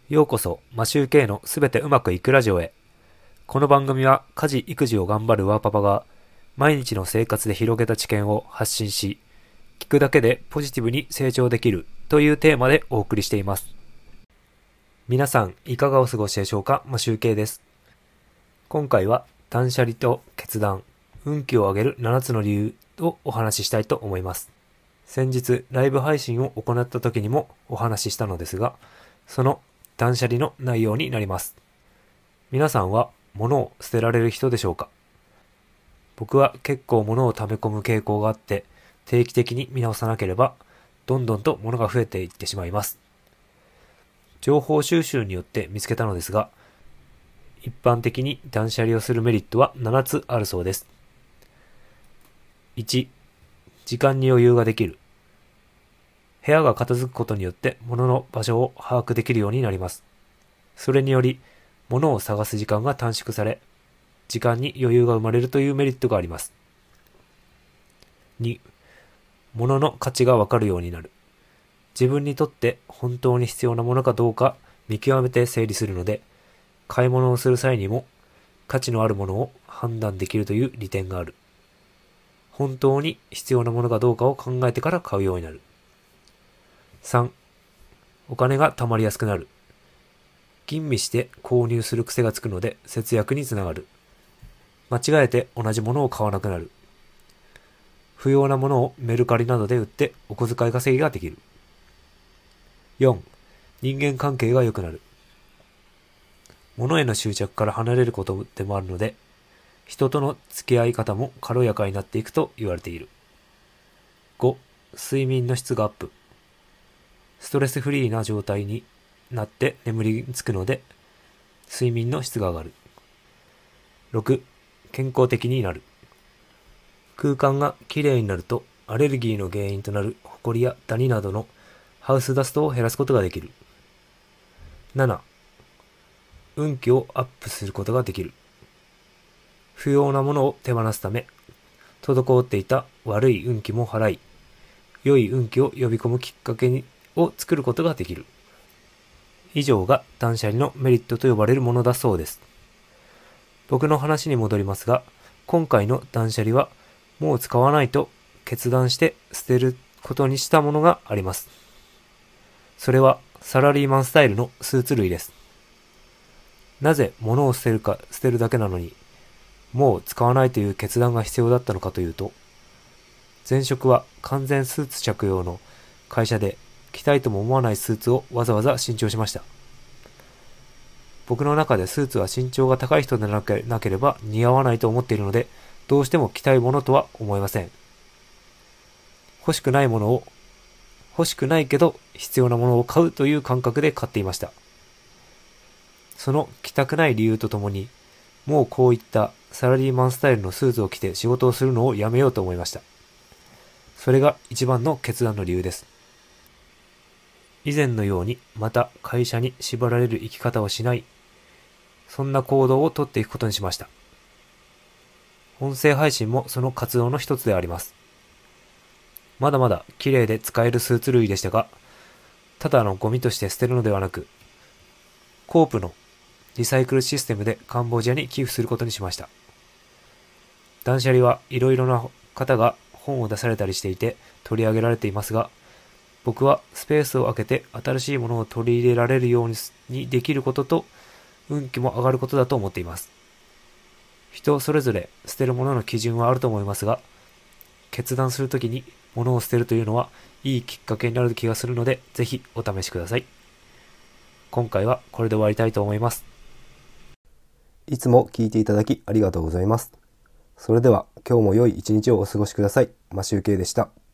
ようこそマシューケイのすべてうまくいくラジオへ。この番組は家事育児を頑張るワーパパが毎日の生活で広げた知見を発信し、聞くだけでポジティブに成長できるというテーマでお送りしています。皆さんいかがお過ごしでしょうか。マシューケイです。今回は断捨離と決断、運気を上げる7つの理由をお話ししたいと思います。先日ライブ配信を行った時にもお話ししたのですが、その断捨離の内容になります。皆さんは物を捨てられる人でしょうか。僕は結構物を溜め込む傾向があって、定期的に見直さなければどんどんと物が増えていってしまいます。情報収集によって見つけたのですが、一般的に断捨離をするメリットは7つあるそうです。1、時間に余裕ができる。部屋が片付くことによって物の場所を把握できるようになります。それにより物を探す時間が短縮され、時間に余裕が生まれるというメリットがあります。2、物の価値がわかるようになる。自分にとって本当に必要なものかどうか見極めて整理するので、買い物をする際にも価値のあるものを判断できるという利点がある。本当に必要なものかどうかを考えてから買うようになる。3、お金が貯まりやすくなる。吟味して購入する癖がつくので節約につながる。間違えて同じものを買わなくなる。不要なものをメルカリなどで売ってお小遣い稼ぎができる。4、人間関係が良くなる。物への執着から離れることでもあるので、人との付き合い方も軽やかになっていくと言われている。5、睡眠の質がアップ。ストレスフリーな状態になって眠りにつくので、睡眠の質が上がる。6、健康的になる。空間がきれいになると、アレルギーの原因となるホコリやダニなどのハウスダストを減らすことができる。7、運気をアップすることができる。不要なものを手放すため、滞っていた悪い運気も払い、良い運気を呼び込むきっかけを作ることができる。以上が断捨離のメリットと呼ばれるものだそうです。僕の話に戻りますが、今回の断捨離はもう使わないと決断して捨てることにしたものがあります。それはサラリーマンスタイルのスーツ類です。なぜ物を捨てるだけなのに、もう使わないという決断が必要だったのかというと、前職は完全スーツ着用の会社で着たいとも思わないスーツをわざわざ新調しました。僕の中でスーツは身長が高い人でなければ似合わないと思っているので、どうしても着たいものとは思えません。欲しくないけど必要なものを買うという感覚で買っていました。その着たくない理由とともに、もうこういったサラリーマンスタイルのスーツを着て仕事をするのをやめようと思いました。それが一番の決断の理由です。以前のようにまた会社に縛られる生き方をしない、そんな行動をとっていくことにしました。音声配信もその活動の一つであります。まだまだ綺麗で使えるスーツ類でしたが、ただのゴミとして捨てるのではなく、コープのリサイクルシステムでカンボジアに寄付することにしました。断捨離はいろいろな方が本を出されたりしていて取り上げられていますが、僕はスペースを空けて新しいものを取り入れられるようにできることと、運気も上がることだと思っています。人それぞれ捨てるものの基準はあると思いますが、決断するときに物を捨てるというのはいいきっかけになる気がするので、ぜひお試しください。今回はこれで終わりたいと思います。 いつも聞いていただきありがとうございます。それでは今日も良い一日をお過ごしください。マシュウケイでした。